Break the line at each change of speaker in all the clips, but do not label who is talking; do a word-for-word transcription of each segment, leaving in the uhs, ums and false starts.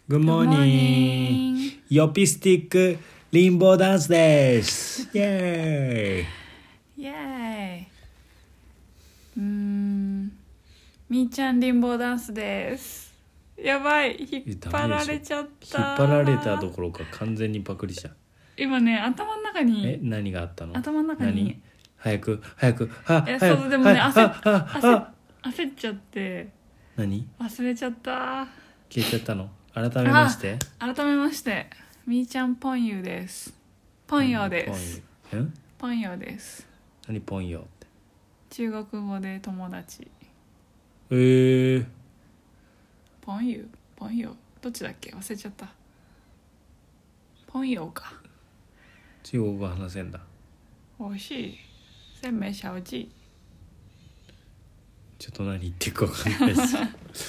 Good morning. ヨピスティックリンボーダンスです。イエーイ。
イエーイ。うーん。みーちゃんリンボーダンスです。やばい、引っ張られちゃった。
引っ張られたどころか完全にパクリした。
今ね、頭の中に。
え、何があったの？
頭の中に。
早く早く。は、
え、
早く。
そうでもね、
は
焦っ
は
焦焦っちゃって。
何？
忘れちゃった。
消えちゃったの？改めまして。
改めまして。みーちゃんポンユです。ポンヨです。
え？
ポンヨです。
何ポンヨって？
中国語で友達。
えー。
ポンユ、ポンヨ、どっちだっけ？忘れちゃった。ポンヨか。
中国語話せんだ。
おいしい。せんめい小鸡。
ちょっと何言ってるか分かんないです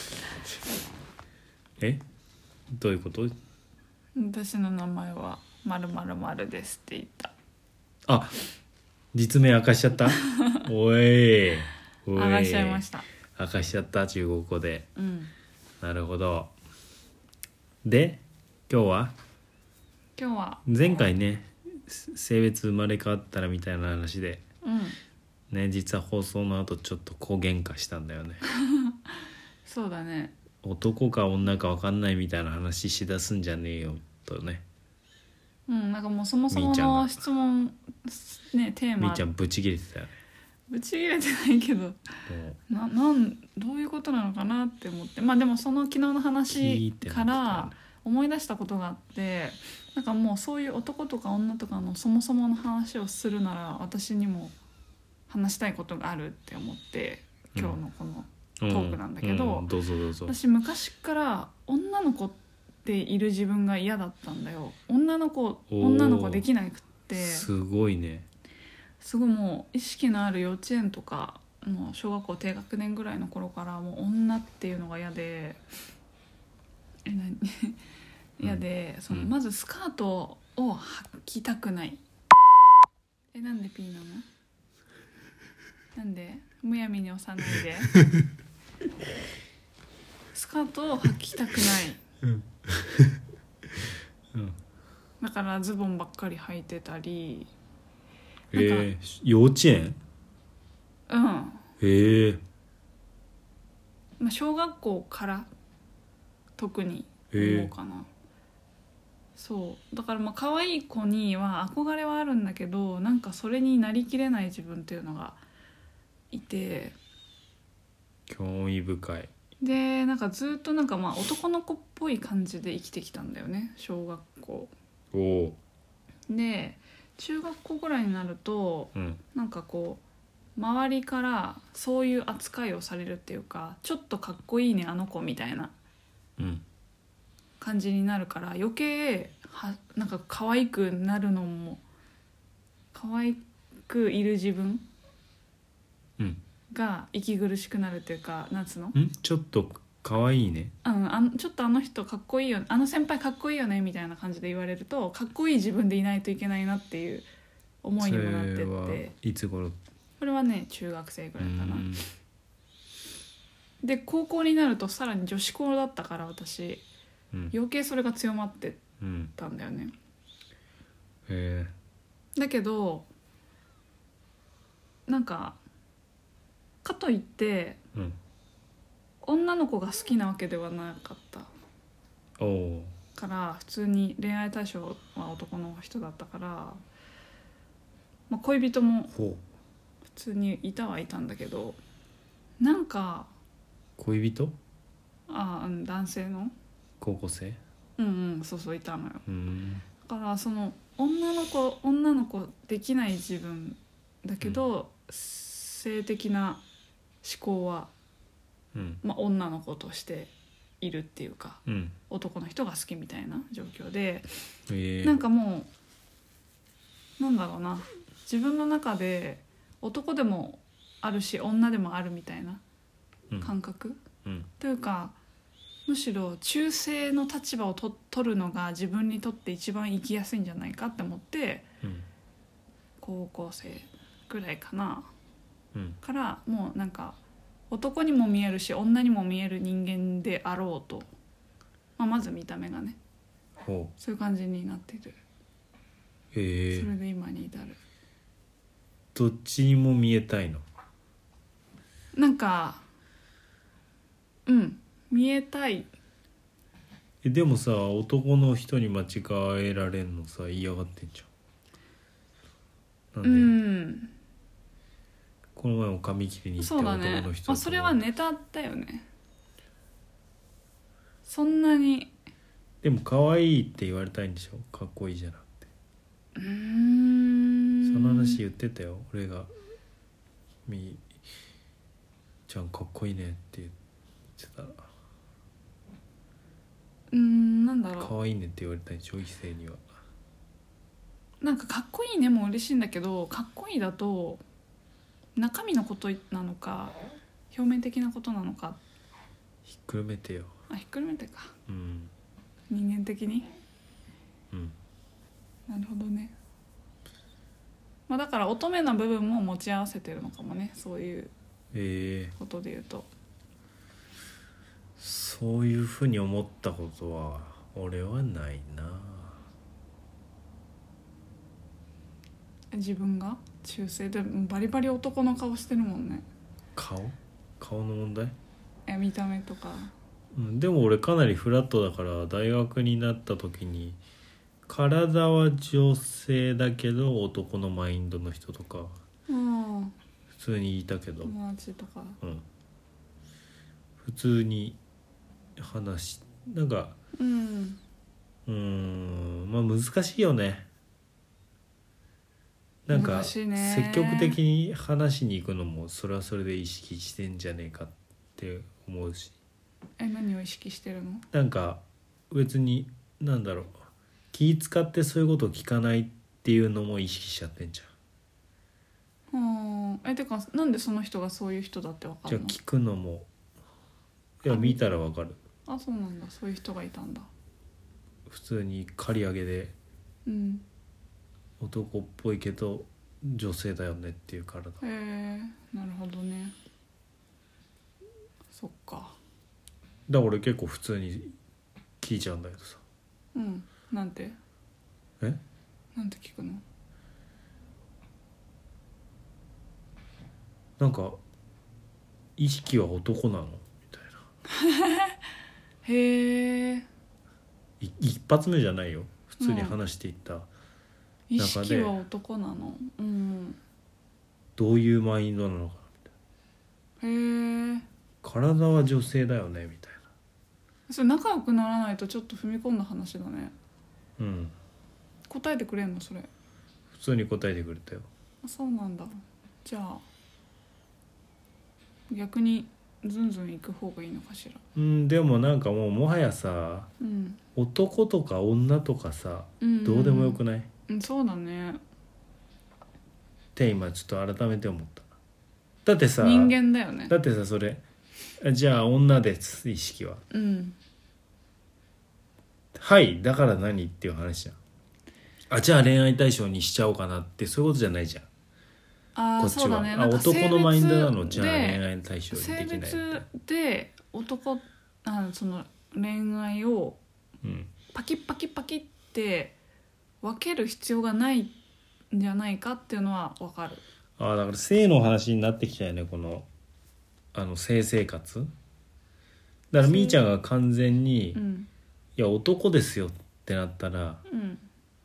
え、どういうこと？
私の名前は〇〇〇ですって言った。
あ、実名明かしちゃったおいおい、
明かしちゃいました。
明かしちゃった、中国語で。
うん。
なるほど。で、今日は
今日は
前回ね、性別生まれ変わったらみたいな話で、
うん
ね、実は放送の後ちょっとこう喧嘩したんだよね
そうだね。
男か女か分かんないみたいな話しだすんじゃねえよとね。
うん、なんかもうそもそもの質問ね、テーマ
みーちゃんブチ切れてたよね。
ぶち切れてないけどななんどういうことなのかなって思って、まあでもその昨日の話から思い出したことがあって、なんかもうそういう男とか女とかのそもそもの話をするなら私にも話したいことがあるって思って今日のこのトークなんだけど、
うんうん、どうぞどうぞ。
私昔から女の子っている自分が嫌だったんだよ。女の子女の子できなくって、
すごいね。
すごいもう意識のある幼稚園とかもう小学校低学年ぐらいの頃からもう女っていうのが嫌でえ何嫌で、うん、そのまずスカートを履きたくない。え、なんでピーなの？なんでむやみに押さないでスカートを履きたくない、
うんうん、
だからズボンばっかり履いてたり。
えー、幼稚園？
うん。
へえ。
まあ、小学校から特に思うかな。そうだからまあ可愛い子には憧れはあるんだけど、なんかそれになりきれない自分っていうのがいて、
興味深い。
でなんかずっとなんかまあ男の子っぽい感じで生きてきたんだよね、小学校。
お
で中学校ぐらいになると、うん、なんかこう周りからそういう扱いをされるっていうか、ちょっとかっこいいねあの子みたいな感じになるから、余計はなんか可愛くなるのも可愛くいる自分が息苦しくなるっていうか、なんつうの？
ん？ちょっと可愛いね。
うん、あのちょっとあの人かっこいいよね、あの先輩かっこいいよねみたいな感じで言われると、かっこいい自分でいないといけないなっていう思いにもなってって。それ
はいつ頃？
これはね中学生ぐらいかな。で高校になるとさらに女子校だったから私、うん、余計それが強まってたんだよね、
うん、へ
え。だけどなんかかといって、うん、女の子が好きなわけではなかった
お
から普通に恋愛対象は男の人だったから、まあ、恋人も普通にいたはいたんだけど、なんか
恋人？
ああ、男性の
高校生？
うんうん、そうそういたのよ。
うん
だからその女の子女の子できない自分だけど、うん、性的な思考はうんまあ、女の子としているっていうか、うん、男の人が好きみたいな状況で、えー、なんかもうなんだろうな、自分の中で男でもあるし女でもあるみたいな感覚、うんうん、というかむしろ中性の立場をと取るのが自分にとって一番生きやすいんじゃないかって思って、うん、高校生ぐらいかな、うん、からもうなんか男にも見えるし女にも見える人間であろうと、ままあ、まず見た目がね
ほ
そういう感じになってる。
うへえ
それで今に至る。
どっちにも見えたいの？
なんかうん見えたい。
えでもさ男の人に間違えられんのさ嫌がってんじゃん。なん
う
で、
ん
この前も髪切りに行って
そうだね、
男の人
まあ、それはネタだよね。そんなに
でも可愛いって言われたいんでしょ、かっこいいじゃなくて。
うーん
その話言ってたよ俺が「みちゃんかっこいいね」って言ってたら
うーんなんだろ
可愛いねって言われたいでしょ異性には。
うなんかかっこいいねも嬉しいんだけど、かっこいいだと中身のことなのか表面的なことなのか。
ひっくるめてよ。
あひっくるめてか
うん
人間的に。
うん
なるほどね。まあだから乙女な部分も持ち合わせてるのかもね、そういう
えー、
ことで言うと。
そういうふうに思ったことは俺はないな。
自分が中性でバリバリ男の顔してるもんね。
顔顔の問題。
え見た目とか。
うん、でも俺かなりフラットだから大学になった時に体は女性だけど男のマインドの人とか
うん
普通にいたけど、
友達とか。
うん、普通に話しなんか
うん
うーんまあ難しいよね。なんか
難しいね
積極的に話しに行くのもそれはそれで意識してんじゃねえかって思うし、
え何を意識してるの？
なんか別になんだろう気使ってそういうことを聞かないっていうのも意識しちゃってんじゃん。
うんえてかなんでその人がそういう人だってわかるの？
じゃあ聞くのもいや見たらわかる。
あそうなんだ、そういう人がいたんだ。
普通に刈り上げで
うん
男っぽいけど女性だよねっていう体。
へえなるほどね。そっか。
だから俺結構普通に聞いちゃうんだけどさ。
うんなんて
え
なんて聞くの？
なんか意識は男なのみたいな。
へえ
い一発目じゃないよ普通に話していった、
意識は男なの。うん
どういうマインドなのか
へえ
体は女性だよねみたい
それ仲良くならないとちょっと踏み込んだ話だね。
な。うん
答えてくれんのそれ？
普通に答えてくれたよ。
あそうなんだ。じゃあ逆にズンズン行く方がいいのかしら。
うんでもなんかもうもはやさ
うん
男とか女とかさ、
うん
どうでもよくないっ
うんそうだね。
て今ちょっと改めて思った。だってさ
人間だよね。
だってさそれじゃあ女です意識は
うん
はいだから何っていう話じゃん。あじゃあ恋愛対象にしちゃおうかなってそういうことじゃないじゃん。
あ
こっちは、
あそうだね。
あ
なんか
男のマインドなの
性別
じゃあ恋
で
愛対象にで
性
きないみたいな。
別で男あその恋愛を
うん
パキッパキッパキッって分ける必要がないんじゃないかっていうのは分かる。
ああだから性の話になってきたよねこのあの性生活だからみーちゃんが完全に、
うん
いや男ですよってなったら
うん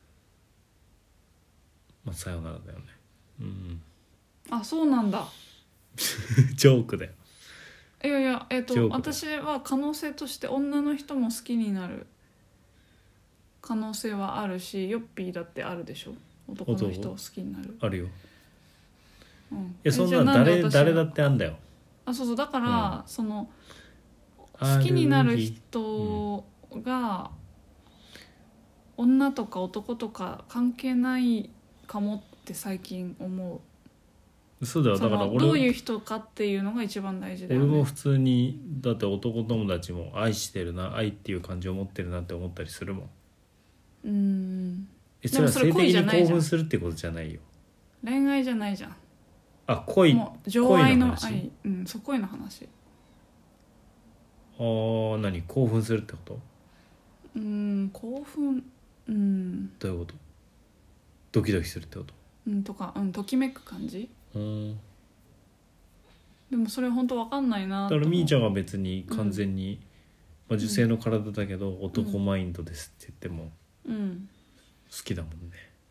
まあさよならだよね。うん
あそうなんだ。
ジョークだよ。
いやいやえっ、
ジョークだ
と私は可能性として女の人も好きになる可能性はあるし、ヨッピーだってあるでしょ、男の人を好きになる。
あるよ。
うん、
いやそん
えじゃ
な
あで私は
誰誰だってあんだよ。
あそうそうだから、その
ある
好きになる人が女とか男とか関係ないかもって最近思う。
そうだよ。だから
その
俺
どういう人かっていうのが一番大事だよね。
俺も普通にだって男友達も愛してるな愛っていう感情を持ってるなって思ったりするもん。
うん
えそれは性的
でもそれ恋じゃ
に
ないじゃん
興奮するってことじゃないよ。
恋愛じゃないじゃん。
あ恋
もう情愛の
恋の話
愛、うん、そう恋の話。
あー何興奮するってこと？
うん興奮うん
どういうこと？ドキドキするってこと？
うんとか、うん、ときめく感じ。
うん
でもそれ本当わかんないな
だ
と思う。
からみーちゃんは別に完全に、まあ、女性の体だけど男マインドですって言っても
うん
好きだもんね。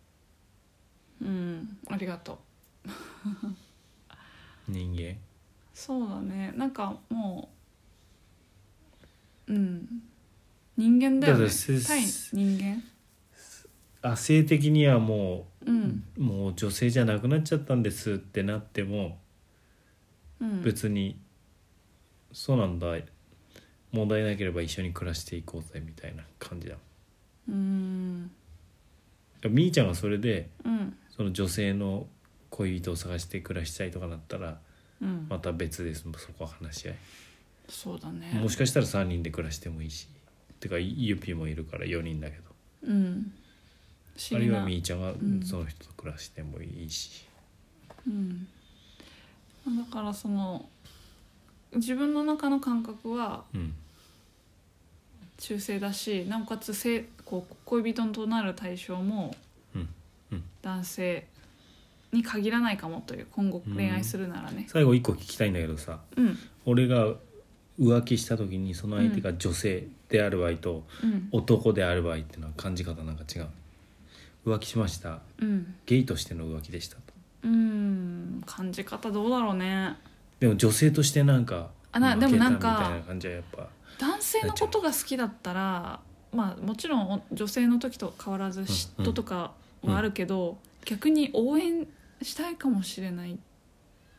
うんありがとう。
人間
そうだね、なんかもううん人間だよね。
だから
対人間。
あ性的にはもう、
うん
もう女性じゃなくなっちゃったんですってなっても、
うん、
別にそうなんだ、問題なければ一緒に暮らしていこうぜみたいな感じだ。
うん
みーちゃんがそれで
うん
その女性の恋人を探して暮らしたいとかなったら
うん
また別です。そこは話し合い。
そうだね。
もしかしたらさんにんで暮らしてもいいし、てかゆぴもいるからよにんだけど、
うん不
あるい
思議な
はみーちゃんが
ん
その人と暮らしてもいいし、
うんだからその自分の中の感覚は
うん
中性だし、なおかつ性こう恋人となる対象も
うんうん
男性に限らないかもという、今後恋愛するならね。
最後一個聞きたいんだけどさ、
うん
俺が浮気した時にその相手が女性である場合と
うん
男である場合っていうのは感じ方なんか違う。浮気しました、
うん
ゲイとしての浮気でしたと。
うん感じ方どうだろうね。
でも女性としてなんか
あな
負けた
でもなんか
みたいな感じはやっぱ
男性のことが好きだったら、まあもちろん女性の時と変わらず嫉妬とかはあるけど、逆に応援したいかもしれない、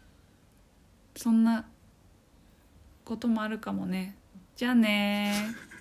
そんなこともあるかもね。じゃあね